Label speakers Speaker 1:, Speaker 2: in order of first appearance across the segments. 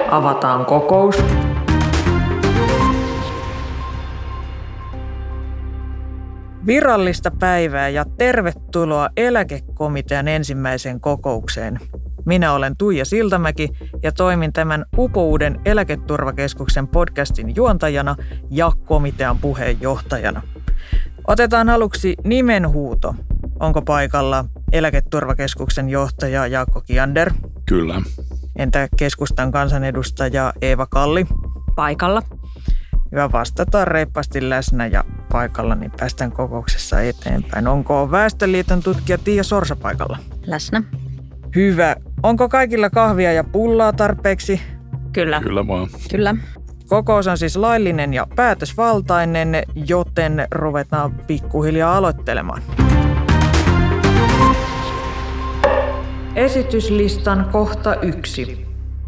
Speaker 1: Avataan kokous. Virallista päivää ja tervetuloa eläkekomitean ensimmäiseen kokoukseen. Minä olen Tuija Siltamäki ja toimin tämän upouuden Eläketurvakeskuksen podcastin juontajana ja komitean puheenjohtajana. Otetaan aluksi nimenhuuto. Onko paikalla Eläketurvakeskuksen johtaja Jaakko Kiander?
Speaker 2: Kyllä.
Speaker 1: Entä keskustan kansanedustaja Eeva Kalli?
Speaker 3: Paikalla.
Speaker 1: Hyvä, vastataan reippaasti läsnä ja paikalla, niin päästään kokouksessa eteenpäin. Onko Väestöliiton tutkija Tiia Sorsa paikalla?
Speaker 3: Läsnä.
Speaker 1: Hyvä. Onko kaikilla kahvia ja pullaa tarpeeksi?
Speaker 3: Kyllä.
Speaker 2: Kyllä vaan.
Speaker 3: Kyllä.
Speaker 1: Kokous on siis laillinen ja päätösvaltainen, joten ruvetaan pikkuhiljaa aloittelemaan. Esityslistan kohta 1.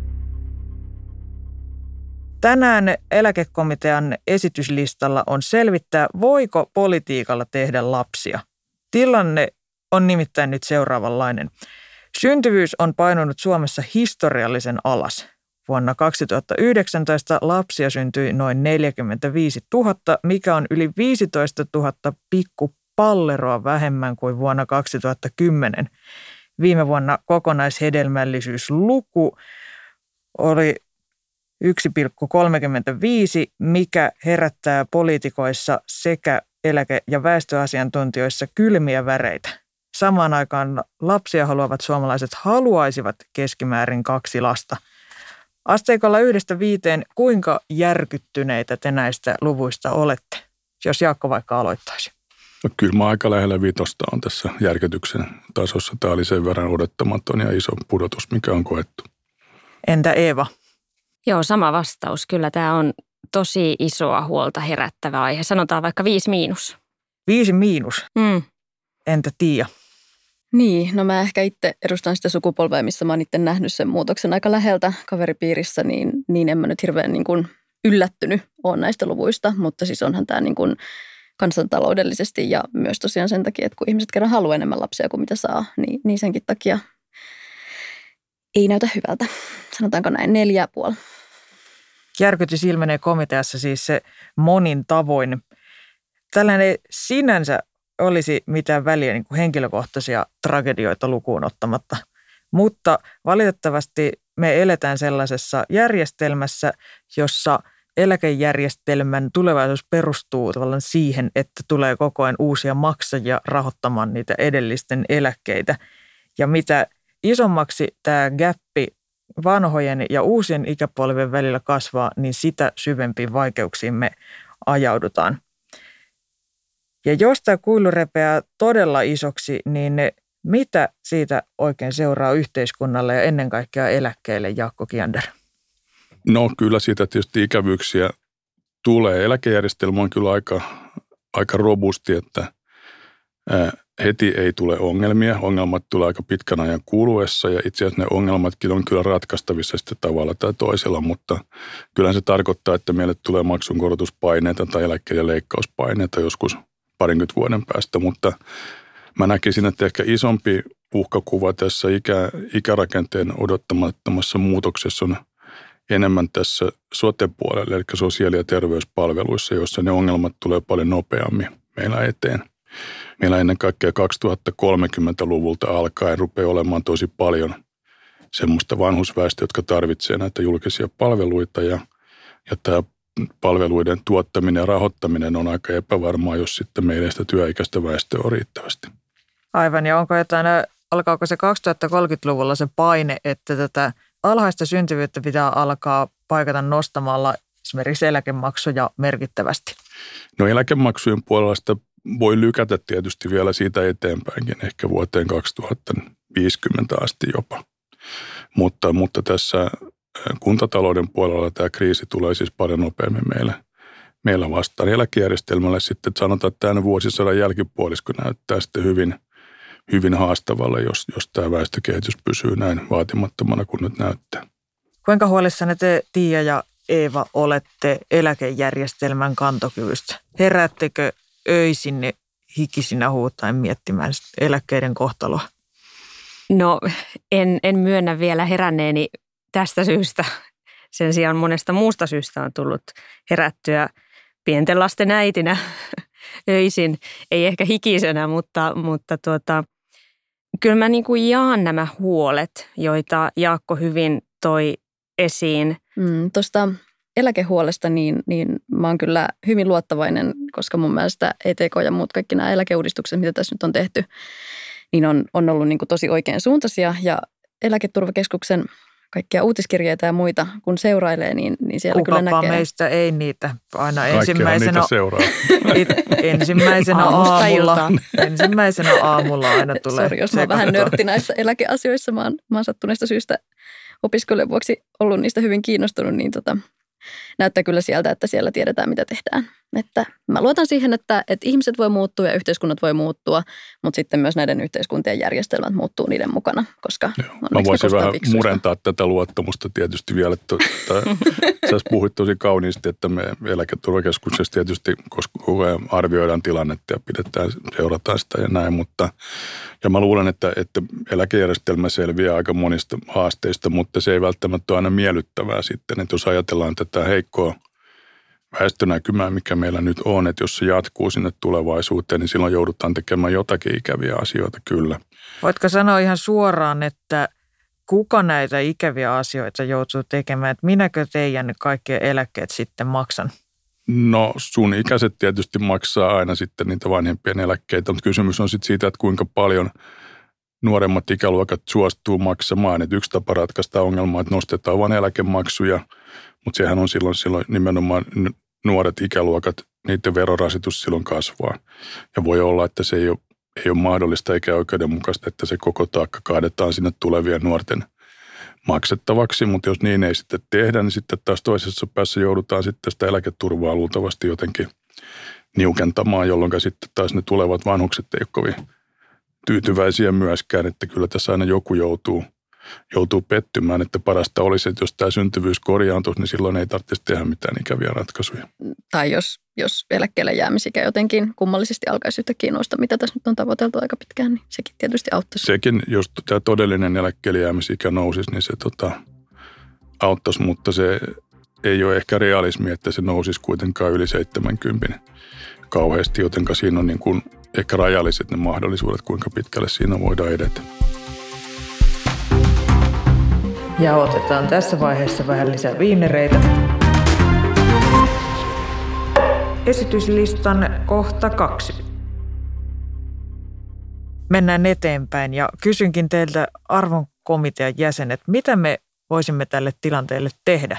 Speaker 1: Tänään eläkekomitean esityslistalla on selvittää, voiko politiikalla tehdä lapsia. Tilanne on nimittäin nyt seuraavanlainen. Syntyvyys on painunut Suomessa historiallisen alas. Vuonna 2019 lapsia syntyi noin 45 000, mikä on yli 15 000 pikkupalleroa vähemmän kuin vuonna 2010. Viime vuonna kokonaishedelmällisyysluku oli 1,35, mikä herättää poliitikoissa sekä eläke- ja väestöasiantuntijoissa kylmiä väreitä. Samaan aikaan lapsia haluavat suomalaiset haluaisivat keskimäärin 2 lasta. Asteikolla 1-5, kuinka järkyttyneitä te näistä luvuista olette, jos Jaakko vaikka aloittaisi?
Speaker 2: No, kyllä mä aika lähellä 5 on tässä järkytyksen tasossa. Tämä oli sen verran odottamaton ja iso pudotus, mikä on koettu.
Speaker 1: Entä Eeva?
Speaker 3: Joo, sama vastaus. Kyllä tämä on tosi isoa huolta herättävä aihe. Sanotaan vaikka 5-.
Speaker 1: 5-. Entä Tiia?
Speaker 4: Niin, no mä ehkä itse edustan sitä sukupolvea, missä mä oon itse nähnyt sen muutoksen aika läheltä kaveripiirissä, niin en mä nyt hirveän niin kuin yllättynyt ole näistä luvuista, mutta siis onhan tämä niin kuin kansantaloudellisesti ja myös tosiaan sen takia, että kun ihmiset kerran haluaa enemmän lapsia kuin mitä saa, niin senkin takia ei näytä hyvältä. Sanotaanko näin, 4,5.
Speaker 1: Järkytys ilmenee komiteassa siis se monin tavoin. Tällainen sinänsä olisi mitään väliä niin kuin henkilökohtaisia tragedioita lukuun ottamatta. Mutta valitettavasti me eletään sellaisessa järjestelmässä, jossa eläkejärjestelmän tulevaisuus perustuu tavallaan siihen, että tulee koko ajan uusia maksajia rahoittamaan niitä edellisten eläkkeitä. Ja mitä isommaksi tämä gäppi vanhojen ja uusien ikäpolvien välillä kasvaa, niin sitä syvempiin vaikeuksiin me ajaudutaan. Ja jos tämä kuilu repeää todella isoksi, niin mitä siitä oikein seuraa yhteiskunnalle ja ennen kaikkea eläkkeelle, Jaakko Kiander?
Speaker 2: No kyllä siitä tietysti ikävyyksiä tulee. Eläkejärjestelmä on kyllä aika robusti, että heti ei tule ongelmia. Ongelmat tulee aika pitkän ajan kuluessa ja itse asiassa ne ongelmatkin on kyllä ratkaistavissa sitten tavalla tai toisella, mutta kyllähän se tarkoittaa, että meille tulee maksunkorotuspaineita tai eläkkeiden leikkauspaineita joskus 20 vuoden päästä, mutta mä näkisin, että ehkä isompi uhkakuva tässä ikärakenteen odottamattomassa muutoksessa on enemmän tässä sote-puolella, eli sosiaali- ja terveyspalveluissa, joissa ne ongelmat tulee paljon nopeammin meillä eteen. Meillä ennen kaikkea 2030-luvulta alkaen rupeaa olemaan tosi paljon semmoista vanhusväestöä, jotka tarvitsee näitä julkisia palveluita ja tämä palveluiden tuottaminen ja rahoittaminen on aika epävarmaa, jos sitten meillä sitä työikäistä väestöä on riittävästi.
Speaker 1: Aivan, ja alkaako se 2030-luvulla se paine, että tätä alhaista syntyvyyttä pitää alkaa paikata nostamalla esimerkiksi eläkemaksuja merkittävästi? No
Speaker 2: eläkemaksujen puolella sitä voi lykätä tietysti vielä siitä eteenpäinkin, ehkä vuoteen 2050 asti jopa. Mutta tässä kuntatalouden puolella tämä kriisi tulee siis paljon nopeammin meillä vastaan. Eläkejärjestelmälle sitten sanotaan, että tämän vuosisadan jälkipuolisko näyttää sitten hyvin haastavalle, jos tämä väestökehitys pysyy näin vaatimattomana kuin nyt näyttää.
Speaker 1: Kuinka huolissanne te, Tiia ja Eeva, olette eläkejärjestelmän kantokyvystä? Heräättekö öisinne hikisinä huutaen miettimään eläkkeiden kohtaloa?
Speaker 3: No en myönnä vielä heränneeni tästä syystä Sen sijaan monesta muusta syystä on tullut herättyä pienten lasten äitinä öisin. Ei ehkä hikisenä, mutta kyllä mä niin kuin jaan nämä huolet, joita Jaakko hyvin toi esiin.
Speaker 4: Tuosta eläkehuolesta, niin mä oon kyllä hyvin luottavainen, koska mun mielestä ETK ja muut kaikki nämä eläkeuudistukset, mitä tässä nyt on tehty, niin on ollut niin kuin tosi oikein suuntaisia. Ja Eläketurvakeskuksen kaikkia uutiskirjeitä ja muita, kun seurailee, niin siellä kyllä näkee.
Speaker 1: Kukapa meistä ei niitä aina ensimmäisenä aamulla aina tulee.
Speaker 4: Sori, jos mä oon vähän nörtti näissä eläkeasioissa. Mä oon sattuneesta syystä opiskelujen vuoksi ollut niistä hyvin kiinnostunut, niin näyttää kyllä sieltä, että siellä tiedetään, mitä tehdään. Että mä luotan siihen, että ihmiset voi muuttua ja yhteiskunnat voi muuttua, mutta sitten myös näiden yhteiskuntien järjestelmät muuttuu niiden mukana, koska
Speaker 2: mä voisin vähän murentaa tätä luottamusta tietysti vielä. Sä puhuit tosi kauniisti, että me Eläketurvakeskuksessa tietysti koko ajan arvioidaan tilannetta ja seurataan sitä ja näin, ja mä luulen, että eläkejärjestelmä selviää aika monista haasteista, mutta se ei välttämättä ole aina miellyttävää sitten, että jos ajatellaan tätä heikkoa väestönäkymää, mikä meillä nyt on, että jos se jatkuu sinne tulevaisuuteen, niin silloin joudutaan tekemään jotakin ikäviä asioita kyllä.
Speaker 1: Voitko sanoa ihan suoraan, että kuka näitä ikäviä asioita joutuu tekemään, että minäkö teidän kaikkien eläkkeet sitten maksan?
Speaker 2: No sun ikäiset tietysti maksaa aina sitten niitä vanhempien eläkkeitä, mutta kysymys on sitten siitä, että kuinka paljon nuoremmat ikäluokat suostuu maksamaan. Että yksi tapa ratkaista ongelmaa, että nostetaan vain eläkemaksuja, mutta sehän on silloin nimenomaan nuoret ikäluokat, niiden verorasitus silloin kasvaa. Ja voi olla, että se ei ole mahdollista eikä oikeudenmukaista, että se koko taakka kaadetaan sinne tulevien nuorten maksettavaksi. Mutta jos niin ei sitten tehdä, niin sitten taas toisessa päässä joudutaan sitten sitä eläketurvaa luultavasti jotenkin niukentamaan, jolloin sitten taas ne tulevat vanhukset ei ole kovin tyytyväisiä myöskään, että kyllä tässä aina joku joutuu pettymään, että parasta olisi, että jos tämä syntyvyys korjaantuisi, niin silloin ei tarvitsisi tehdä mitään ikäviä ratkaisuja. Tai
Speaker 4: jos eläkkeelle jäämisikä jotenkin kummallisesti alkaisi yhtäkkiä nousta, mitä tässä nyt on tavoiteltu aika pitkään, niin sekin tietysti auttaisi.
Speaker 2: Sekin, jos tämä todellinen eläkkeelle jäämisikä nousisi, niin se auttaisi, mutta se ei ole ehkä realismi, että se nousisi kuitenkaan yli 70 kauheasti, jotenka siinä on niin kuin ehkä rajalliset ne mahdollisuudet, kuinka pitkälle siinä voidaan edetä.
Speaker 1: Ja otetaan tässä vaiheessa vähän lisää viinereitä. Esityslistan kohta 2. Mennään eteenpäin ja kysynkin teiltä arvon komitean jäsenet, mitä me voisimme tälle tilanteelle tehdä?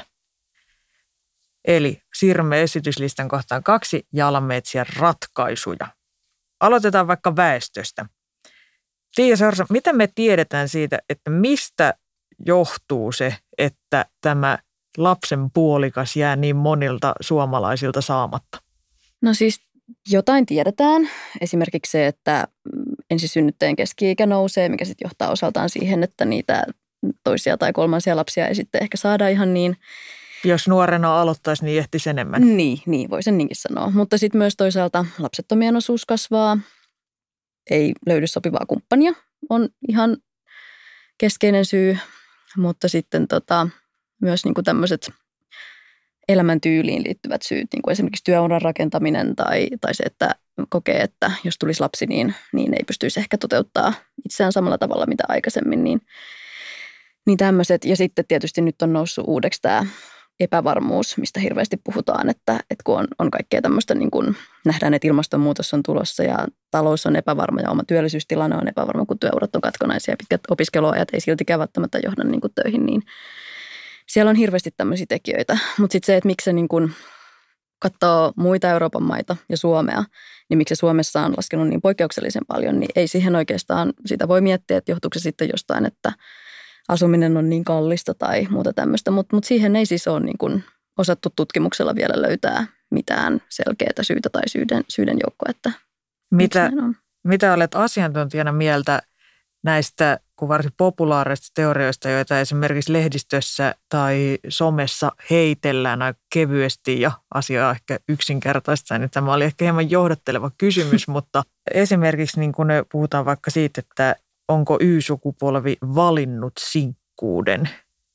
Speaker 1: Eli siirrymme esityslistan kohtaan 2 ja alamme etsiä ratkaisuja. Aloitetaan vaikka väestöstä. Tiia Sorsa, mitä me tiedetään siitä, että mistä johtuu se, että tämä lapsen puolikas jää niin monilta suomalaisilta saamatta?
Speaker 4: No siis jotain tiedetään. Esimerkiksi se, että ensisynnyttäjien keski-ikä nousee, mikä sitten johtaa osaltaan siihen, että niitä toisia tai kolmansia lapsia ei sitten ehkä saada ihan niin.
Speaker 1: Jos nuorena aloittaisi, niin ehtisi enemmän.
Speaker 4: Niin voi sen niinkin sanoa. Mutta sitten myös toisaalta lapsettomien osuus kasvaa. Ei löydy sopivaa kumppania. On ihan keskeinen syy. Mutta sitten myös niin kuin tämmöiset elämäntyyliin liittyvät syyt, niin kuin esimerkiksi työuran rakentaminen tai se, että kokee, että jos tulisi lapsi, niin ei pystyisi ehkä toteuttaa itseään samalla tavalla mitä aikaisemmin. Niin tämmöiset. Ja sitten tietysti nyt on noussut uudeksi tämä epävarmuus, mistä hirveästi puhutaan, että kun on kaikkea tämmöistä, niin kuin nähdään, että ilmastonmuutos on tulossa ja talous on epävarma ja oma työllisyystilanne on epävarma, kun työurat on katkonaisia ja pitkät opiskeluajat ei siltikään välttämättä johda niin kuin töihin, niin siellä on hirveästi tämmöisiä tekijöitä. Mutta sitten se, että miksi se niin kuin katsoo muita Euroopan maita ja Suomea, niin miksi se Suomessa on laskenut niin poikkeuksellisen paljon, niin ei siihen oikeastaan, sitä voi miettiä, että johtuuko se sitten jostain, että asuminen on niin kallista tai muuta tämmöistä, mutta siihen ei siis ole niin kuin osattu tutkimuksella vielä löytää mitään selkeää syytä tai syiden joukkoa, että
Speaker 1: mitä olet asiantuntijana mieltä näistä varsin populaarisista teorioista, joita esimerkiksi lehdistössä tai somessa heitellään aika kevyesti ja asiaa ehkä yksinkertaista, niin tämä oli ehkä hieman johdatteleva kysymys, mutta esimerkiksi niin kun puhutaan vaikka siitä, että onko Y-sukupolvi valinnut sinkkuuden,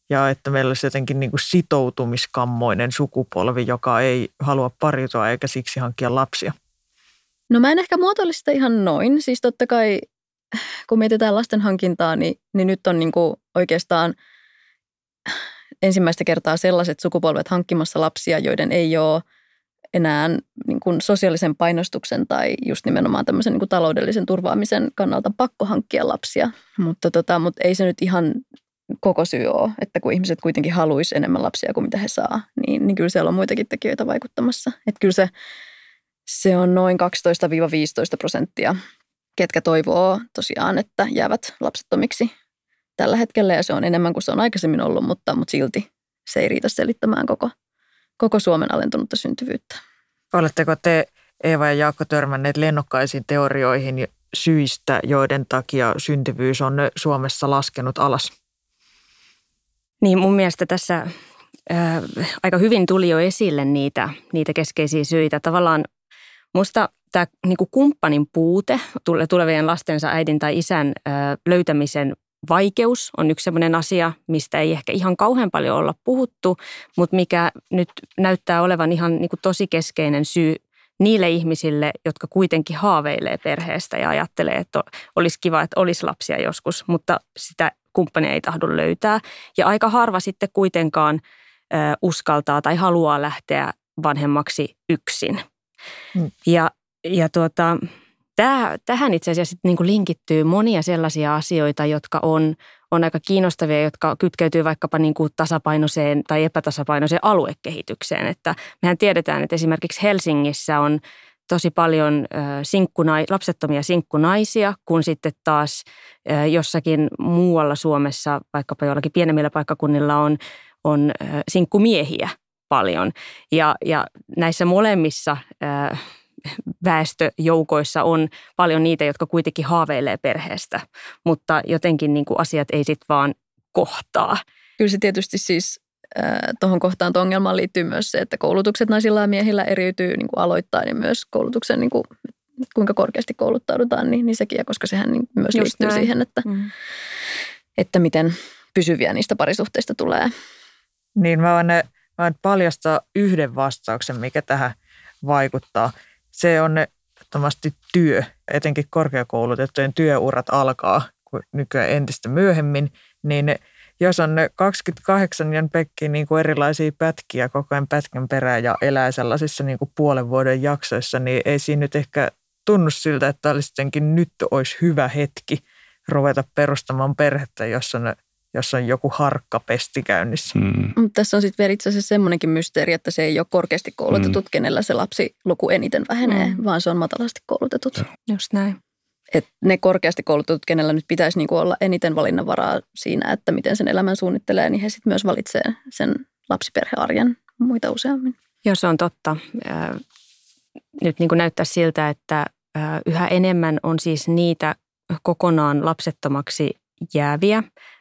Speaker 1: ja että meillä olisi jotenkin niin kuin sitoutumiskammoinen sukupolvi, joka ei halua pariutua eikä siksi hankkia lapsia?
Speaker 4: No mä en ehkä muotoilisi sitä ihan noin. Siis totta kai, kun mietitään lasten hankintaa, niin nyt on niin kuin oikeastaan ensimmäistä kertaa sellaiset sukupolvet hankkimassa lapsia, joiden ei ole enää niin kuin sosiaalisen painostuksen tai just nimenomaan tämmöisen niin kuin taloudellisen turvaamisen kannalta pakko hankkia lapsia. Mutta ei se nyt ihan koko syy ole, että kun ihmiset kuitenkin haluaisi enemmän lapsia kuin mitä he saa, niin kyllä siellä on muitakin tekijöitä vaikuttamassa. Että kyllä se on noin 12-15%, ketkä toivoo tosiaan, että jäävät lapsettomiksi tällä hetkellä. Ja se on enemmän kuin se on aikaisemmin ollut, mutta silti se ei riitä selittämään koko Suomen alentunutta syntyvyyttä.
Speaker 1: Oletteko te, Eeva ja Jaakko, törmänneet lennokkaisiin teorioihin syistä, joiden takia syntyvyys on Suomessa laskenut alas?
Speaker 3: Niin mun mielestä tässä aika hyvin tuli jo esille niitä keskeisiä syitä. Tavallaan musta tämä niinku kumppanin puute, tulevien lastensa äidin tai isän löytämisen vaikeus on yksi sellainen asia, mistä ei ehkä ihan kauhean paljon olla puhuttu, mutta mikä nyt näyttää olevan ihan niinku tosi keskeinen syy niille ihmisille, jotka kuitenkin haaveilee perheestä ja ajattelee, että olisi kiva, että olisi lapsia joskus, mutta sitä kumppania ei tahdo löytää. Ja aika harva sitten kuitenkaan uskaltaa tai haluaa lähteä vanhemmaksi yksin. Tähän itse asiassa niin kuin linkittyy monia sellaisia asioita, jotka on aika kiinnostavia, jotka kytkeytyy vaikkapa niin kuin tasapainoiseen tai epätasapainoiseen aluekehitykseen. Että mehän tiedetään, että esimerkiksi Helsingissä on tosi paljon lapsettomia sinkkunaisia, kun sitten taas jossakin muualla Suomessa, vaikkapa jollakin pienemmillä paikkakunnilla on sinkkumiehiä paljon. Ja näissä molemmissa väestöjoukoissa on paljon niitä, jotka kuitenkin haaveilee perheestä, mutta jotenkin niin kuin asiat ei sitten vaan kohtaa.
Speaker 4: Kyllä se tietysti siis tuohon kohtaanto-ongelmaan liittyy myös se, että koulutukset naisilla ja miehillä eriytyy niin kuin aloittain ja myös koulutuksen, niin kuin, kuinka korkeasti kouluttaudutaan, niin sekin, koska sehän niin myös just liittyy näin siihen, että miten pysyviä niistä parisuhteista tulee.
Speaker 1: Niin mä voin paljastaa yhden vastauksen, mikä tähän vaikuttaa. Se on ehdottomasti työ, etenkin korkeakoulutettujen työurat alkaa nykyään entistä myöhemmin, niin jos on 28 jan pekki niin kuin erilaisia pätkiä koko ajan pätkän perään ja elää sellaisissa niin kuin puolen vuoden jaksoissa, niin ei siinä nyt ehkä tunnu siltä, että nyt olisi hyvä hetki ruveta perustamaan perhettä, jos on joku harkkapesti käynnissä.
Speaker 4: Tässä on sitten vielä itse asiassa semmoinenkin mysteeri, että se ei ole korkeasti koulutetut, kenellä se lapsiluku eniten vähenee, vaan se on matalasti koulutetut.
Speaker 3: Just näin.
Speaker 4: Et ne korkeasti koulutetut, kenellä nyt pitäisi niinku olla eniten valinnanvaraa siinä, että miten sen elämän suunnittelee, niin he sitten myös valitsee sen lapsiperhearjen muita useammin.
Speaker 3: Joo, se on totta. Nyt niin kuin näyttää siltä, että yhä enemmän on siis niitä kokonaan lapsettomaksi jääviä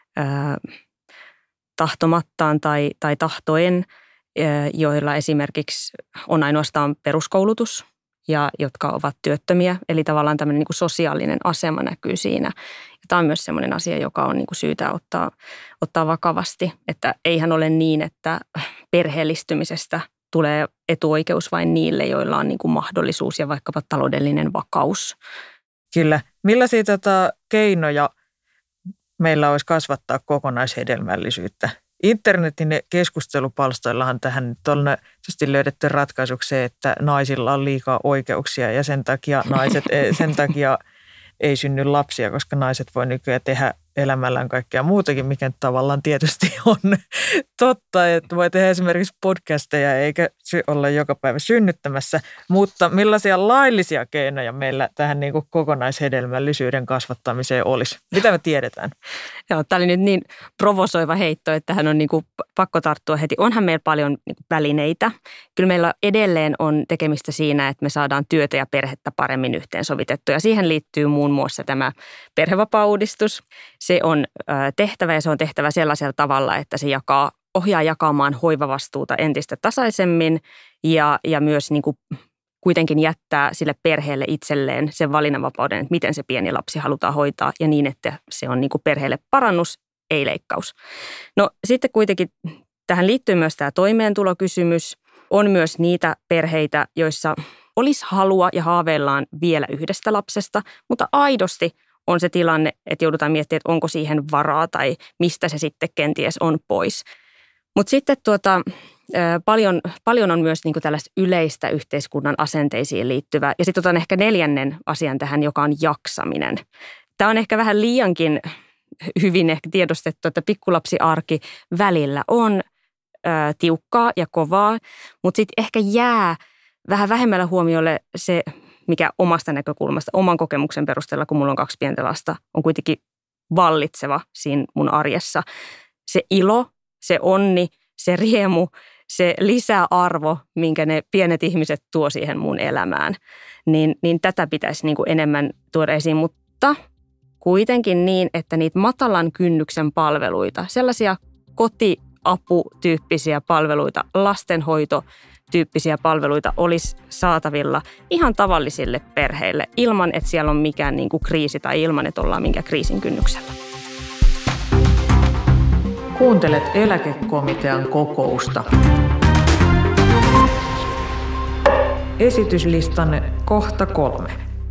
Speaker 3: tahtomattaan tai tahtoen, joilla esimerkiksi on ainoastaan peruskoulutus ja jotka ovat työttömiä. Eli tavallaan tämmöinen niin kuin sosiaalinen asema näkyy siinä. Ja tämä on myös semmoinen asia, joka on niin kuin syytä ottaa vakavasti. Että eihän ole niin, että perheellistymisestä tulee etuoikeus vain niille, joilla on niin kuin mahdollisuus ja vaikkapa taloudellinen vakaus.
Speaker 1: Kyllä. Millaisia keinoja meillä olisi kasvattaa kokonaishedelmällisyyttä? Internetin keskustelupalstoillahan tähän nyt on löydetty ratkaisuksi se, että naisilla on liikaa oikeuksia ja sen takia ei synny lapsia, koska naiset voi nykyään tehdä elämällään kaikkea muutakin, mikä tavallaan tietysti on totta, että voi tehdä esimerkiksi podcasteja eikä olla joka päivä synnyttämässä, mutta millaisia laillisia keinoja meillä tähän niin kuin kokonaishedelmällisyyden kasvattamiseen olisi? Mitä me tiedetään?
Speaker 3: Joo, tämä oli nyt niin provosoiva heitto, että tähän on niin kuin pakko tarttua heti. Onhan meillä paljon niin kuin välineitä. Kyllä meillä edelleen on tekemistä siinä, että me saadaan työtä ja perhettä paremmin yhteensovitettua ja siihen liittyy muun muassa tämä perhevapaauudistus. Se on tehtävä ja se on tehtävä sellaisella tavalla, että se ohjaa jakamaan hoivavastuuta entistä tasaisemmin ja myös niin kuin kuitenkin jättää sille perheelle itselleen sen valinnanvapauden, että miten se pieni lapsi halutaan hoitaa ja niin, että se on niin kuin perheelle parannus ei-leikkaus. No sitten kuitenkin tähän liittyy myös tämä toimeentulokysymys. On myös niitä perheitä, joissa olisi halua ja haaveillaan vielä yhdestä lapsesta, mutta aidosti on se tilanne, että joudutaan miettimään, että onko siihen varaa tai mistä se sitten kenties on pois. Mutta sitten paljon on myös niinku tällaista yleistä yhteiskunnan asenteisiin liittyvää. Ja sitten otan ehkä 4. asian tähän, joka on jaksaminen. Tämä on ehkä vähän liiankin hyvin ehkä tiedostettu, että pikkulapsiarki välillä on tiukkaa ja kovaa, mutta sitten ehkä jää vähän vähemmällä huomiolle se, mikä omasta näkökulmasta, oman kokemuksen perusteella, kun mulla on 2 pientä lasta, on kuitenkin vallitseva siinä mun arjessa. Se ilo, se onni, se riemu, se lisäarvo, minkä ne pienet ihmiset tuo siihen mun elämään, niin tätä pitäisi niin kuin enemmän tuoda esiin, mutta kuitenkin niin, että niitä matalan kynnyksen palveluita, sellaisia kotiaputyyppisiä palveluita, lastenhoitotyyppisiä palveluita olisi saatavilla ihan tavallisille perheille ilman, että siellä on mikään niin kuin kriisi tai ilman, että ollaan minkään kriisin kynnyksellä.
Speaker 1: Kuuntelet eläkekomitean kokousta. Esityslistan kohta 3.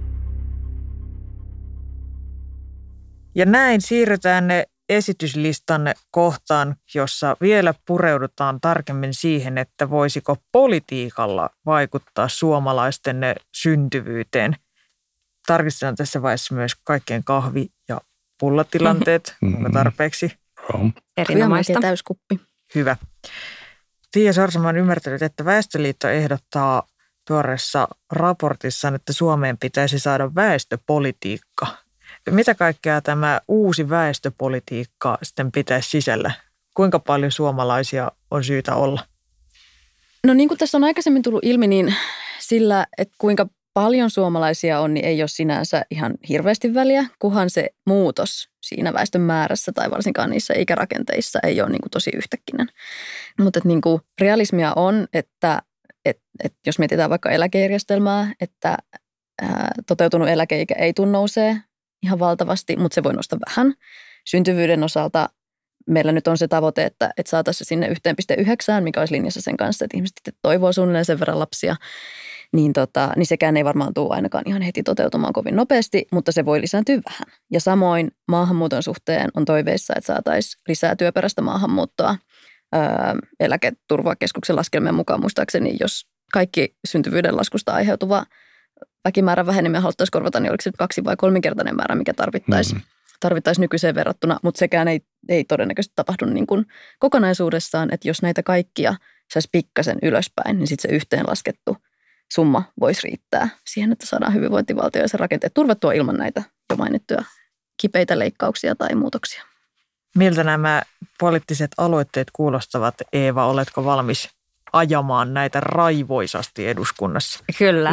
Speaker 1: Ja näin siirrytään esityslistan kohtaan, jossa vielä pureudutaan tarkemmin siihen, että voisiko politiikalla vaikuttaa suomalaisten syntyvyyteen. Tarkistetaan tässä vaiheessa myös kaikkien kahvi- ja pullatilanteet, onko tarpeeksi?
Speaker 3: Erinomaista.
Speaker 4: Täyskuppi.
Speaker 1: Hyvä. Tiia Sarsamaa on ymmärtänyt, että Väestöliitto ehdottaa tuoreessa raportissaan, että Suomeen pitäisi saada väestöpolitiikka. Mitä kaikkea tämä uusi väestöpolitiikka sitten pitäisi sisällä? Kuinka paljon suomalaisia on syytä olla?
Speaker 4: No niin kuin tässä on aikaisemmin tullut ilmi, niin sillä, että kuinka paljon suomalaisia on, niin ei ole sinänsä ihan hirveästi väliä, kunhan se muutos siinä väestön määrässä tai varsinkaan niissä ikärakenteissa ei ole niin kuin tosi yhtäkkinen. Mutta niin kuin realismia on, että jos mietitään vaikka eläkejärjestelmää, että toteutunut eläkeikä ei tule nousee ihan valtavasti, mutta se voi nostaa vähän. Syntyvyyden osalta meillä nyt on se tavoite, että saataisiin se sinne 1,9, mikä olisi linjassa sen kanssa, että ihmiset toivoo suunnilleen sen verran lapsia. Niin sekään ei varmaan tule ainakaan ihan heti toteutumaan kovin nopeasti, mutta se voi lisääntyä vähän. Ja samoin maahanmuuton suhteen on toiveissa, että saataisiin lisää työperäistä maahanmuuttoa. Eläketurvakeskuksen laskelmien mukaan muistaakseni, jos kaikki syntyvyyden laskusta aiheutuva väkimäärän väheneminen haluttaisiin korvata, niin oliko se 2- vai 3-kertainen määrä, mikä tarvittaisiin nykyiseen verrattuna, mutta sekään ei todennäköisesti tapahdu niin kuin kokonaisuudessaan, että jos näitä kaikkia saisi pikkasen ylöspäin, niin sitten se yhteenlaskettu summa voisi riittää siihen, että saadaan hyvinvointivaltio ja se rakenteet turvattua ilman näitä jo mainittuja kipeitä leikkauksia tai muutoksia.
Speaker 1: Miltä nämä poliittiset aloitteet kuulostavat, Eeva? Oletko valmis ajamaan näitä raivoisasti eduskunnassa?
Speaker 3: Kyllä.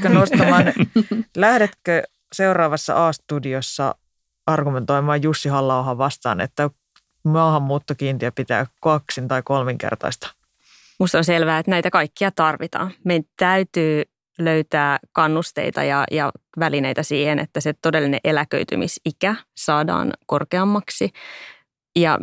Speaker 1: Lähdetkö seuraavassa A-studiossa argumentoimaan Jussi Halla-ahon vastaan, että maahanmuuttokiintiö pitää 2- tai 3-kertaista?
Speaker 3: Musta on selvää, että näitä kaikkia tarvitaan. Meidän täytyy löytää kannusteita ja välineitä siihen, että se todellinen eläköitymisikä saadaan korkeammaksi. Ja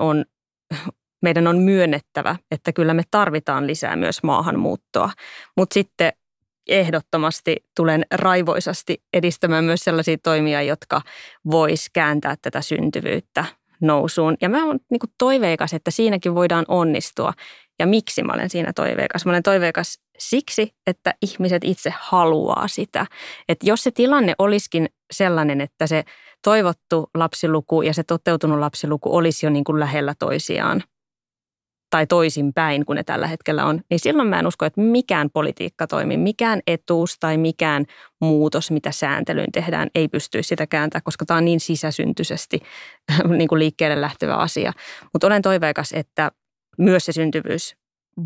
Speaker 3: meidän on myönnettävä, että kyllä me tarvitaan lisää myös maahanmuuttoa. Mutta sitten ehdottomasti tulen raivoisasti edistämään myös sellaisia toimia, jotka vois kääntää tätä syntyvyyttä nousuun. Ja mä oon niinku toiveikas, että siinäkin voidaan onnistua. Ja miksi mä olen siinä toiveikas? Mä olen toiveikas siksi, että ihmiset itse haluaa sitä. Että jos se tilanne olisikin sellainen, että se toivottu lapsiluku ja se toteutunut lapsiluku olisi jo niin kuin lähellä toisiaan tai toisinpäin kuin ne tällä hetkellä on, niin silloin mä en usko, että mikään politiikka toimii, mikään etuus tai mikään muutos, mitä sääntelyyn tehdään, ei pystyisi sitä kääntämään, koska tämä on niin sisäsyntyisesti niin kuin liikkeelle lähtevä asia. Mutta olen toiveikas, että myös se syntyvyys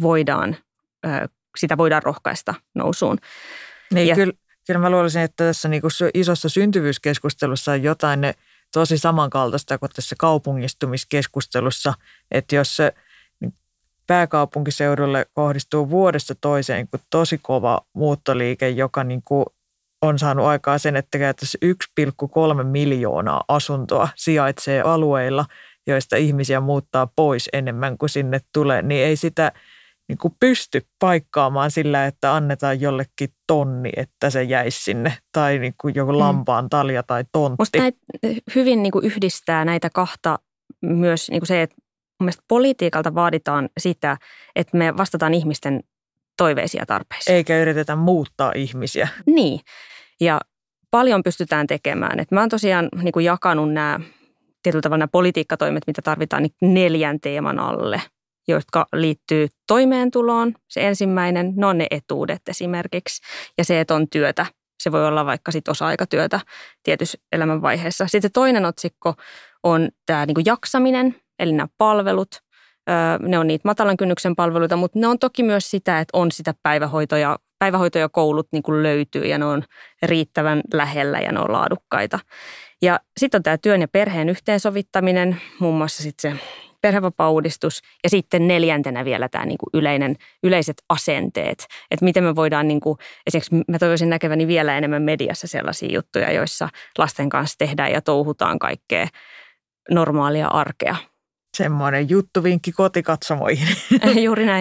Speaker 3: sitä voidaan rohkaista nousuun.
Speaker 1: Niin, kyllä mä luulisin, että tässä niin kuin isossa syntyvyyskeskustelussa on jotain tosi samankaltaista kuin tässä kaupungistumiskeskustelussa, että jos se pääkaupunkiseudulle kohdistuu vuodesta toiseen kuin tosi kova muuttoliike, joka niin kuin on saanut aikaa sen, että käytännössä 1,3 miljoonaa asuntoa sijaitsee alueilla joista ihmisiä muuttaa pois enemmän kuin sinne tulee, niin ei sitä niin kuin pysty paikkaamaan sillä, että annetaan jollekin tonni, että se jäisi sinne, tai niin kuin joku lampaan talja tai tontti.
Speaker 3: Musta näitä hyvin niin kuin yhdistää näitä kahta myös niin kuin se, että mun mielestä politiikalta vaaditaan sitä, että me vastataan ihmisten toiveisiin ja tarpeisiin.
Speaker 1: Eikä yritetä muuttaa ihmisiä.
Speaker 3: Niin, ja paljon pystytään tekemään. Et mä oon tosiaan niin kuin jakanut nämä tietyllä tavalla nämä politiikkatoimet, mitä tarvitaan niin 4 teeman alle, jotka liittyy toimeentuloon. Se ensimmäinen, ne on ne etuudet esimerkiksi, ja se, että on työtä. Se voi olla vaikka sit osa-aikatyötä tietyssä elämänvaiheessa. Sitten se toinen otsikko on tämä niin kuin jaksaminen, eli nämä palvelut. Ne on niitä matalan kynnyksen palveluita, mutta ne on toki myös sitä, että on sitä päivähoito ja koulut niin kuin löytyy ja ne on riittävän lähellä ja ne on laadukkaita. Ja sitten on tämä työn ja perheen yhteensovittaminen, muun muassa sitten se perhevapaa-uudistus ja sitten 4. vielä tämä niin kuin yleiset asenteet. Että miten me voidaan, niin kuin, esimerkiksi mä toivoisin näkeväni vielä enemmän mediassa sellaisia juttuja, joissa lasten kanssa tehdään ja touhutaan kaikkea normaalia arkea.
Speaker 1: Semmoinen juttuvinkki kotikatsomoihin.
Speaker 3: Juuri näin.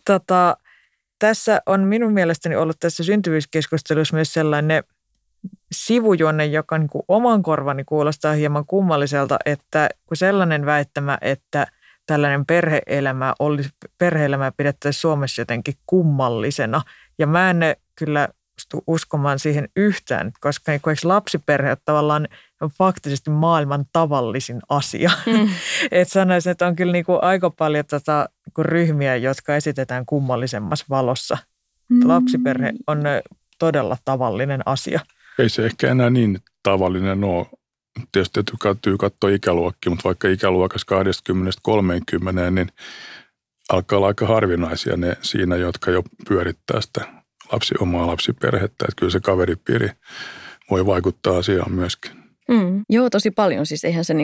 Speaker 1: Tässä on minun mielestäni ollut tässä syntyvyyskeskustelussa myös sellainen sivujuonne, joka niin kuin oman korvani kuulostaa hieman kummalliselta, että kun sellainen väittämä, että tällainen perhe-elämää pidettäisiin Suomessa jotenkin kummallisena. Ja mä en kyllä uskomaan siihen yhtään, koska niin eikö lapsiperhe tavallaan on faktisesti maailman tavallisin asia. Että sanoisin, että on kyllä niin kuin aika paljon niin ryhmiä, jotka esitetään kummallisemmassa valossa. Lapsiperhe on todella tavallinen asia.
Speaker 2: Ei se ehkä enää niin tavallinen ole. Tietysti täytyy katsoa ikäluokkia, mutta vaikka ikäluokassa 20-30, niin alkaa olla aika harvinaisia ne siinä, jotka jo pyörittää sitä omaa lapsiperhettä. Että kyllä se kaveripiiri voi vaikuttaa asiaan myöskin.
Speaker 4: Joo, tosi paljon. Siis eihän se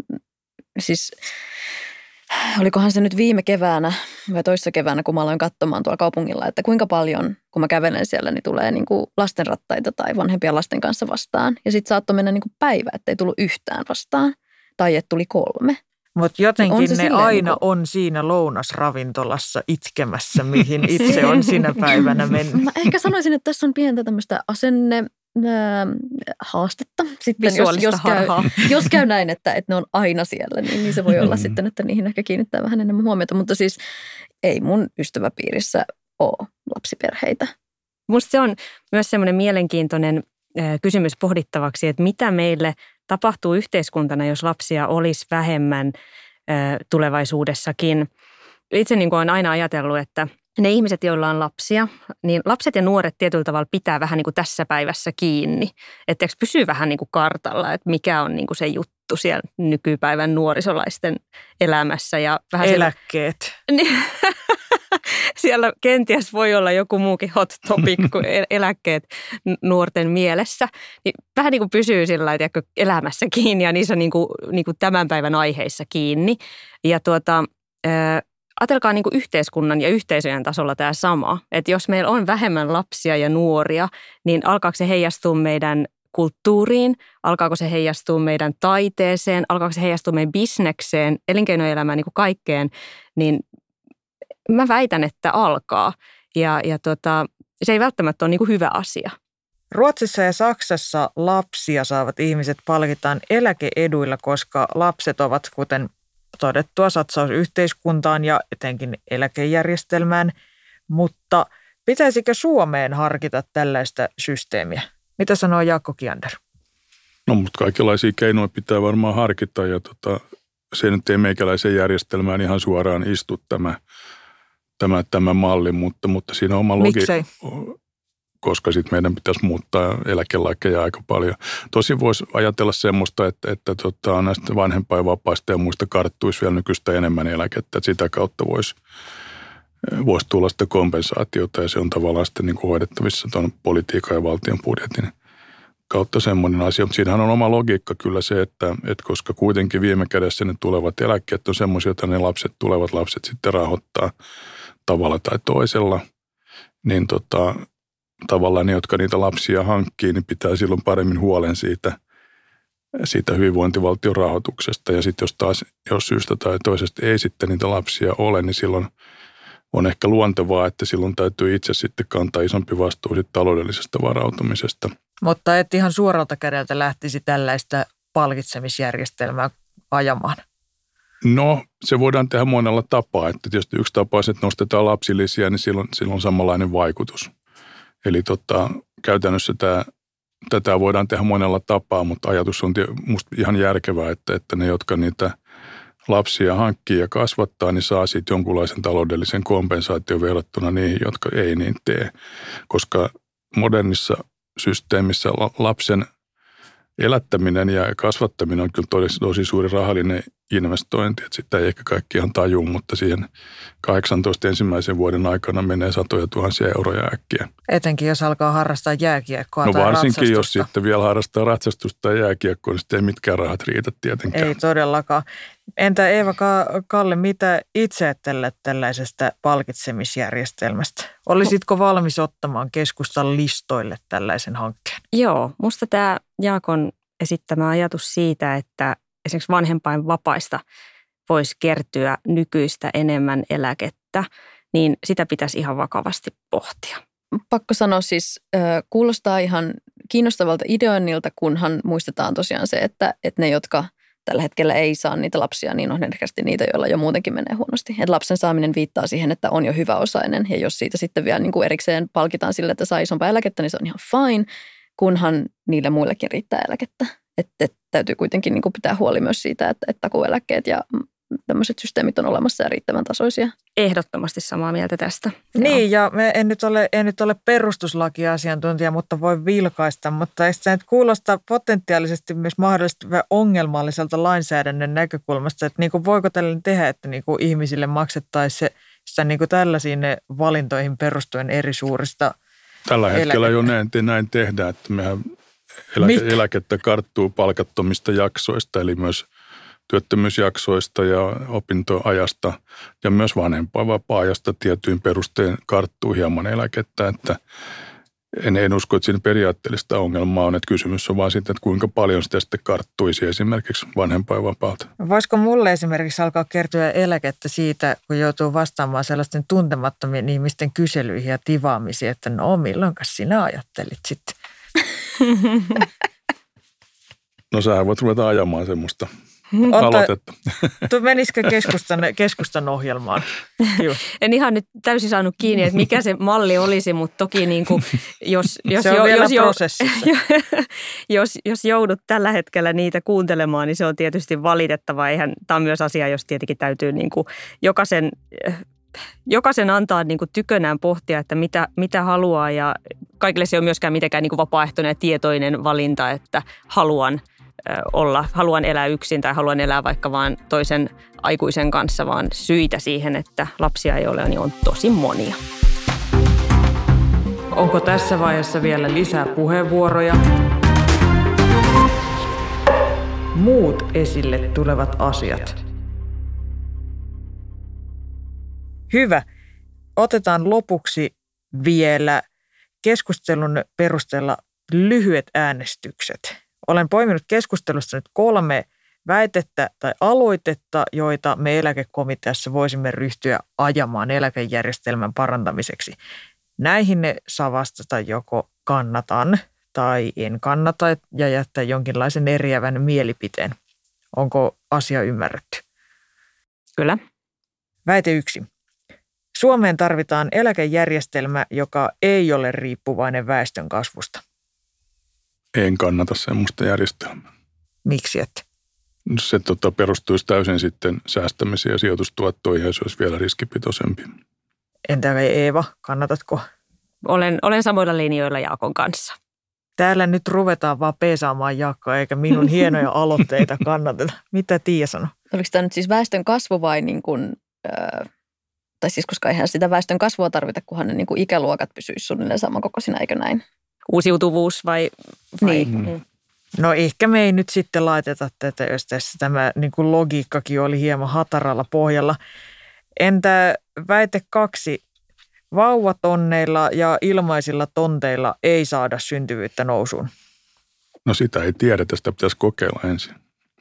Speaker 4: olikohan se nyt viime keväänä vai toissa keväänä, kun mä aloin katsomaan tuolla kaupungilla, että kuinka paljon, kun mä kävelen siellä, niin tulee niin kuin lastenrattaita tai vanhempia lasten kanssa vastaan. Ja sitten saattoi mennä niin kuin päivä, ettei tullut yhtään vastaan. Tai että tuli 3.
Speaker 1: Mutta jotenkin ne aina niin kuin on siinä lounasravintolassa itkemässä, mihin itse on sinä päivänä mennyt.
Speaker 4: Mä ehkä sanoisin, että tässä on pientä tämmöistä haastetta. Sitten jos käy näin, että ne on aina siellä, niin se voi olla sitten, että niihin ehkä kiinnittää vähän enemmän huomiota. Mutta siis ei mun ystäväpiirissä ole lapsiperheitä.
Speaker 3: Musta se on myös semmoinen mielenkiintoinen kysymys pohdittavaksi, että mitä meille tapahtuu yhteiskuntana, jos lapsia olisi vähemmän tulevaisuudessakin. Itse niin kuin olen aina ajatellut, että ne ihmiset, joilla on lapsia, niin lapset ja nuoret tietyllä tavalla pitää vähän niin kuin tässä päivässä kiinni. Että pysyy vähän niin kuin kartalla, että mikä on niin kuin se juttu siellä nykypäivän nuorisolaisten elämässä. Ja vähän
Speaker 1: eläkkeet.
Speaker 3: Siellä kenties voi olla joku muukin hot topic kuin eläkkeet nuorten mielessä. Niin vähän niin kuin pysyy sillä lailla elämässä kiinni ja niissä niin kuin tämän päivän aiheissa kiinni. Ja ajatelkaa niin kuin yhteiskunnan ja yhteisöjen tasolla tämä sama, että jos meillä on vähemmän lapsia ja nuoria, niin alkaako se heijastua meidän kulttuuriin, alkaako se heijastua meidän taiteeseen, alkaako se heijastua meidän bisnekseen, elinkeinoelämään, niin kuin kaikkeen, niin mä väitän, että alkaa ja se ei välttämättä ole niin kuin hyvä asia.
Speaker 1: Ruotsissa ja Saksassa lapsia saavat ihmiset palkitaan eläke-eduilla, koska lapset ovat, kuten todettua, satsaus yhteiskuntaan ja etenkin eläkejärjestelmään, mutta pitäisikö Suomeen harkita tällaista systeemiä? Mitä sanoo Jaakko Kiander?
Speaker 2: No, mutta kaikenlaisia keinoja pitää varmaan harkita ja se nyt ei meikäläisen järjestelmään ihan suoraan istu tämä malli, mutta siinä on oma
Speaker 1: Miksei?
Speaker 2: Koska sitten meidän pitäisi muuttaa eläkelakeja aika paljon. Tosin voisi ajatella semmoista, että näistä vanhempainvapaista ja muista karttuisi vielä nykyistä enemmän eläkettä, että sitä kautta voisi tulla sitä kompensaatiota ja se on tavallaan sitten niin kuin hoidettavissa tuon politiikan ja valtion budjetin kautta semmoinen asia. Mutta siinähän on oma logiikka kyllä se, että koska kuitenkin viime kädessä ne tulevat eläkkeet on semmoisia, että ne tulevat lapset sitten rahoittaa tavalla tai toisella, niin tavallaan ne, jotka niitä lapsia hankkii, niin pitää silloin paremmin huolen siitä siitä hyvinvointivaltion rahoituksesta. Ja sitten jos syystä tai toisesta ei sitten niitä lapsia ole, niin silloin on ehkä luontevaa, että silloin täytyy itse sitten kantaa isompi vastuu taloudellisesta varautumisesta.
Speaker 1: Mutta et ihan suoralta kädeltä lähtisi tällaista palkitsemisjärjestelmää ajamaan.
Speaker 2: No, se voidaan tehdä monella tapaa. Että tietysti yksi tapa on, että nostetaan lapsilisiä, niin silloin on samanlainen vaikutus. Eli käytännössä tätä voidaan tehdä monella tapaa, mutta ajatus on musta ihan järkevää, että ne, jotka niitä lapsia hankkii ja kasvattaa, niin saa siitä jonkunlaisen taloudellisen kompensaation verrattuna niihin, jotka ei niin tee. Koska modernissa systeemissä lapsen elättäminen ja kasvattaminen on kyllä tosi suuri rahallinen investointi, että sitä ei ehkä kaikki ihan tajuu, mutta siihen 18 ensimmäisen vuoden aikana menee satoja tuhansia euroja äkkiä.
Speaker 1: Etenkin jos alkaa harrastaa jääkiekkoa tai
Speaker 2: varsinkin
Speaker 1: ratsastusta.
Speaker 2: Jos sitten vielä harrastaa ratsastusta tai jääkiekkoa, niin sitten ei mitkään rahat riitä tietenkään.
Speaker 1: Ei todellakaan. Entä Eeva Kalle, mitä itse ajattelet tällaisesta palkitsemisjärjestelmästä? Olisitko valmis ottamaan keskustan listoille tällaisen hankkeen?
Speaker 3: Joo, musta tämä Jaakon esittämä ajatus siitä, että esimerkiksi vanhempainvapaista voisi kertyä nykyistä enemmän eläkettä, niin sitä pitäisi ihan vakavasti pohtia.
Speaker 4: Pakko sanoa siis, kuulostaa ihan kiinnostavalta ideoinnilta, kunhan muistetaan tosiaan se, että ne, jotka tällä hetkellä ei saa niitä lapsia, niin on herkästi niitä, joilla jo muutenkin menee huonosti. Et lapsen saaminen viittaa siihen, että on jo hyväosainen, ja jos siitä sitten vielä niin kuin erikseen palkitaan sille, että saa isompaa eläkettä, niin se on ihan fine, kunhan niille muillekin riittää eläkettä. Että täytyy kuitenkin niin kuin pitää huoli myös siitä, että takuueläkkeet ja tämmöiset systeemit on olemassa ja riittävän tasoisia.
Speaker 3: Ehdottomasti samaa mieltä tästä.
Speaker 1: Niin, ja en nyt ole perustuslakiasiantuntija, mutta voi vilkaista, mutta eikö se nyt kuulostaa potentiaalisesti myös mahdollisesti vähän ongelmalliselta lainsäädännön näkökulmasta, että niin kuin voiko tällainen tehdä, että niin kuin ihmisille maksettaisiin sitä niin kuin tällaisiin valintoihin perustuen eri suurista
Speaker 2: tällä hetkellä jo näin tehdään, että mehän eläkettä karttuu palkattomista jaksoista, eli myös työttömyysjaksoista ja opintoajasta ja myös vanhempainvapaa-ajasta tietyin perusteen karttuu hieman eläkettä, että en usko, että siinä periaatteellista ongelmaa on, että kysymys on vaan siitä, että kuinka paljon sitä sitten karttuisi esimerkiksi vanhempainvapaalta.
Speaker 1: Voisiko mulle esimerkiksi alkaa kertyä eläkettä siitä, kun joutuu vastaamaan sellaisten tuntemattomien ihmisten kyselyihin ja tivaamisiin, että no milloinkas sinä ajattelit sitten?
Speaker 2: No sähän voit ruveta ajamaan semmoista aloitetta.
Speaker 1: Menisikö keskustan ohjelmaan?
Speaker 3: En ihan nyt täysin saanut kiinni, että mikä se malli olisi, mutta toki niin kuin, jos joudut tällä hetkellä niitä kuuntelemaan, niin se on tietysti valitettavaa. Tämä on myös asia, jos tietenkin täytyy niin kuin jokaisen antaa niin kuin tykönään pohtia, että mitä haluaa, ja kaikille se on myöskään mitenkään niin kuin vapaaehtoinen ja tietoinen valinta, että haluan elää yksin tai haluan elää vaikka vaan toisen aikuisen kanssa, vaan syitä siihen, että lapsia ei ole, niin on tosi monia.
Speaker 1: Onko tässä vaiheessa vielä lisää puheenvuoroja? Muut esille tulevat asiat. Hyvä. Otetaan lopuksi vielä keskustelun perusteella lyhyet äänestykset. Olen poiminut keskustelusta nyt 3 väitettä tai aloitetta, joita me eläkekomiteassa voisimme ryhtyä ajamaan eläkejärjestelmän parantamiseksi. Näihin ne saa vastata joko kannatan tai en kannata ja jättää jonkinlaisen eriävän mielipiteen. Onko asia ymmärretty?
Speaker 3: Kyllä.
Speaker 1: Väite 1. Suomeen tarvitaan eläkejärjestelmä, joka ei ole riippuvainen väestön kasvusta.
Speaker 2: En kannata semmoista järjestelmää.
Speaker 1: Miksi et?
Speaker 2: Se perustuisi täysin sitten säästämisiin ja sijoitustuottoihin, ja se olisi vielä riskipitoisempi.
Speaker 1: Entä Eeva, kannatatko?
Speaker 3: Olen samoilla linjoilla Jaakon kanssa.
Speaker 1: Täällä nyt ruvetaan vaan peesaamaan Jaakkoa, eikä minun hienoja aloitteita kannateta. Mitä Tiia sanoi?
Speaker 4: Oliko tämä nyt siis väestön kasvu vai niin kuin, tai siis koska eihän sitä väestön kasvua tarvita, kunhan ne niin kuin ikäluokat pysyisivät suunnilleen samankokoisina, eikö näin?
Speaker 3: Uusiutuvuus vai?
Speaker 4: Niin.
Speaker 1: No ehkä me ei nyt sitten laiteta tätä, jos tässä tämä niin kuin logiikkakin oli hieman hataralla pohjalla. Entä väite 2? Vauvatonneilla ja ilmaisilla tonteilla ei saada syntyvyyttä nousuun.
Speaker 2: No sitä ei tiedetä, sitä pitäisi kokeilla ensin.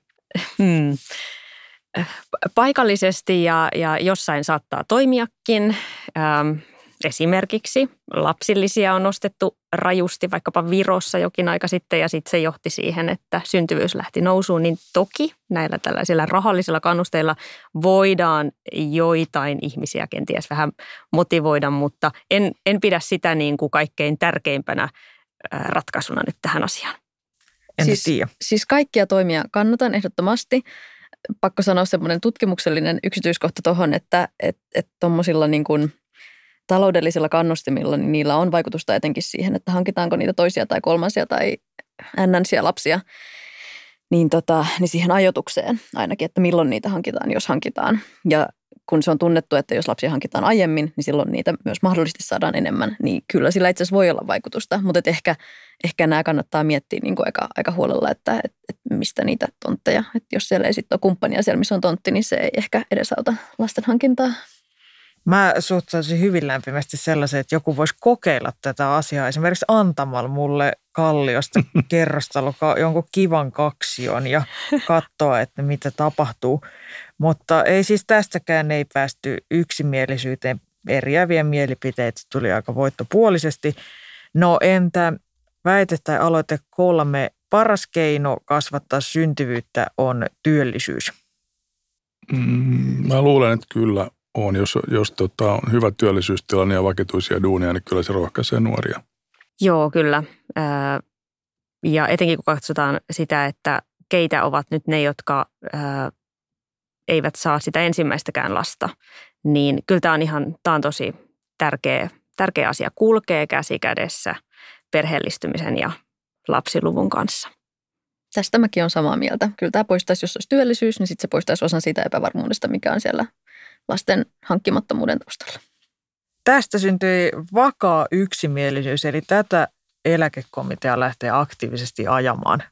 Speaker 3: Paikallisesti ja jossain saattaa toimiakin. Esimerkiksi lapsillisia on nostettu rajusti vaikkapa Virossa jokin aika sitten ja sitten se johti siihen, että syntyvyys lähti nousuun. Niin toki näillä tällaisilla rahallisilla kannusteilla voidaan joitain ihmisiä kenties vähän motivoida, mutta en pidä sitä niin kuin kaikkein tärkeimpänä ratkaisuna nyt tähän asiaan.
Speaker 4: Siis kaikkia toimia kannatan ehdottomasti. Pakko sanoa semmoinen tutkimuksellinen yksityiskohta tuohon, että tuommoisilla niin kuin taloudellisilla kannustimilla, niin niillä on vaikutusta etenkin siihen, että hankitaanko niitä toisia tai kolmansia tai NN:siä lapsia, niin siihen ajoitukseen ainakin, että milloin niitä hankitaan, jos hankitaan. Ja kun se on tunnettu, että jos lapsia hankitaan aiemmin, niin silloin niitä myös mahdollisesti saadaan enemmän, niin kyllä sillä itse asiassa voi olla vaikutusta. Mutta ehkä nämä kannattaa miettiä niin kuin aika huolella, että mistä niitä tontteja. Että jos siellä ei sitten ole kumppania siellä, missä on tontti, niin se ei ehkä edesauta lasten hankintaa.
Speaker 1: Mä suhtautuisin hyvin lämpimästi sellaiseen, että joku voisi kokeilla tätä asiaa esimerkiksi antamalla mulle Kalliosta kerrostalo jonkun kivan kaksion ja katsoa, että mitä tapahtuu. Mutta ei siis tästäkään ei päästy yksimielisyyteen. Eriäviä mielipiteitä tuli aika voittopuolisesti. No entä väite tai aloite 3, paras keino kasvattaa syntyvyyttä on työllisyys?
Speaker 2: Mä luulen, että kyllä on. Jos on hyvä työllisyystilanne ja vakituisia duunia, niin kyllä se rohkaisee nuoria.
Speaker 3: Joo, kyllä. Ja etenkin kun katsotaan sitä, että keitä ovat nyt ne, jotka eivät saa sitä ensimmäistäkään lasta, niin kyllä tämä on tosi tärkeä asia. Kulkee käsi kädessä perheellistymisen ja lapsiluvun kanssa.
Speaker 4: Tästä mäkin olen samaa mieltä. Kyllä tämä poistaisi, jos olisi työllisyys, niin sitten se poistaisi osan siitä epävarmuudesta, mikä on siellä lasten hankkimattomuuden taustalla.
Speaker 1: Tästä syntyi vakaa yksimielisyys, eli tätä eläkekomitea lähtee aktiivisesti ajamaan.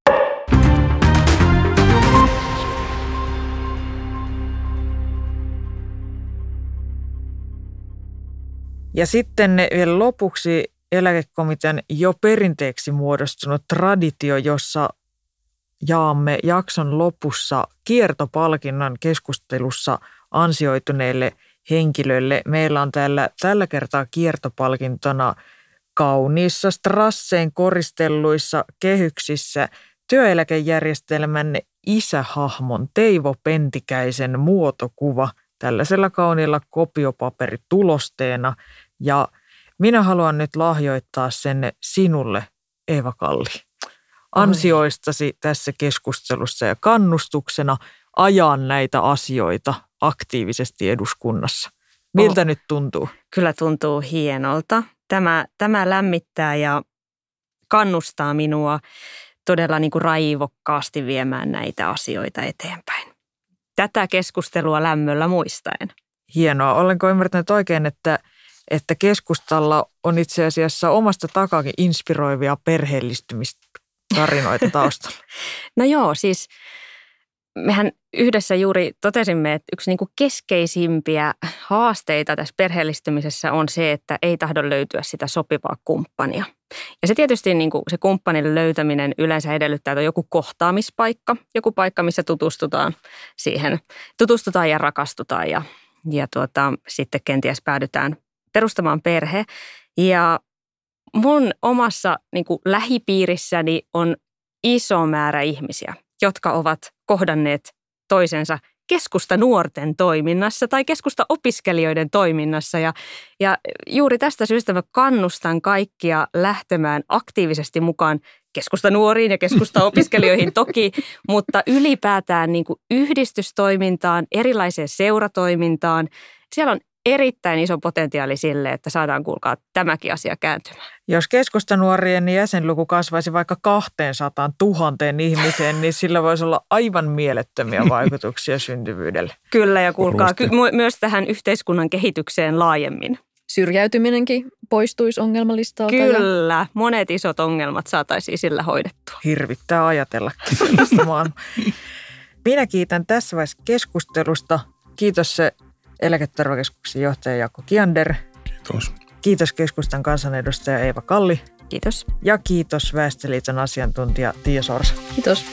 Speaker 1: Ja sitten vielä lopuksi eläkekomitean jo perinteeksi muodostunut traditio, jossa jaamme jakson lopussa kiertopalkinnon keskustelussa ansioituneille henkilöille. Meillä on tällä kertaa kiertopalkintona kauniissa strasseen koristelluissa kehyksissä työeläkejärjestelmän isähahmon Teivo Pentikäisen muotokuva tällaisella kauniilla kopiopaperitulosteena. Ja minä haluan nyt lahjoittaa sen sinulle, Eeva Kalli, ansioistasi tässä keskustelussa ja kannustuksena ajaa näitä asioita aktiivisesti eduskunnassa. Miltä nyt tuntuu?
Speaker 3: Kyllä tuntuu hienolta. Tämä lämmittää ja kannustaa minua todella niin kuin raivokkaasti viemään näitä asioita eteenpäin. Tätä keskustelua lämmöllä muistaen.
Speaker 1: Hienoa. Olenko ymmärtänyt oikein, että keskustalla on itse asiassa omasta takaakin inspiroivia perheellistymistarinoita taustalla?
Speaker 3: No joo, siis mehän yhdessä juuri totesimme, että yksi niin kuin keskeisimpiä haasteita tässä perheellistymisessä on se, että ei tahdo löytyä sitä sopivaa kumppania. Ja se tietysti niin kuin se kumppanin löytäminen yleensä edellyttää, että on joku kohtaamispaikka, joku paikka, missä tutustutaan ja rakastutaan ja sitten kenties päädytään perustamaan perhe. Ja mun omassa niin kuin lähipiirissäni on iso määrä ihmisiä, jotka ovat kohdanneet toisensa keskustanuorten toiminnassa tai keskustaopiskelijoiden toiminnassa. Ja juuri tästä syystä mä kannustan kaikkia lähtemään aktiivisesti mukaan keskustanuoriin ja keskustaopiskelijoihin toki, mutta ylipäätään niin kuin yhdistystoimintaan, erilaiseen seuratoimintaan. Siellä on erittäin iso potentiaali sille, että saadaan kuulkaa tämäkin asia kääntymään.
Speaker 1: Jos keskustanuorien jäsenluku kasvaisi vaikka 200 000 ihmiseen, niin sillä voisi olla aivan mielettömiä vaikutuksia syntyvyydelle.
Speaker 3: Kyllä, ja kuulkaa myös tähän yhteiskunnan kehitykseen laajemmin.
Speaker 4: Syrjäytyminenkin poistuisi ongelmalistalta.
Speaker 3: Kyllä, monet isot ongelmat saataisiin sillä hoidettua.
Speaker 1: Hirvittää ajatellakin. Minä kiitän tässä vaiheessa keskustelusta. Kiitos Eläketurvakeskuksen johtaja Jaakko Kiander.
Speaker 2: Kiitos.
Speaker 1: Kiitos keskustan kansanedustaja Eeva Kalli.
Speaker 3: Kiitos.
Speaker 1: Ja kiitos Väestöliiton asiantuntija Tiia Sorsa.
Speaker 4: Kiitos.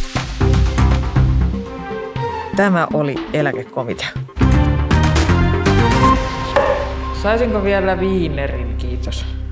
Speaker 1: Tämä oli Eläkekomitea. Saisinko vielä viinerin? Kiitos.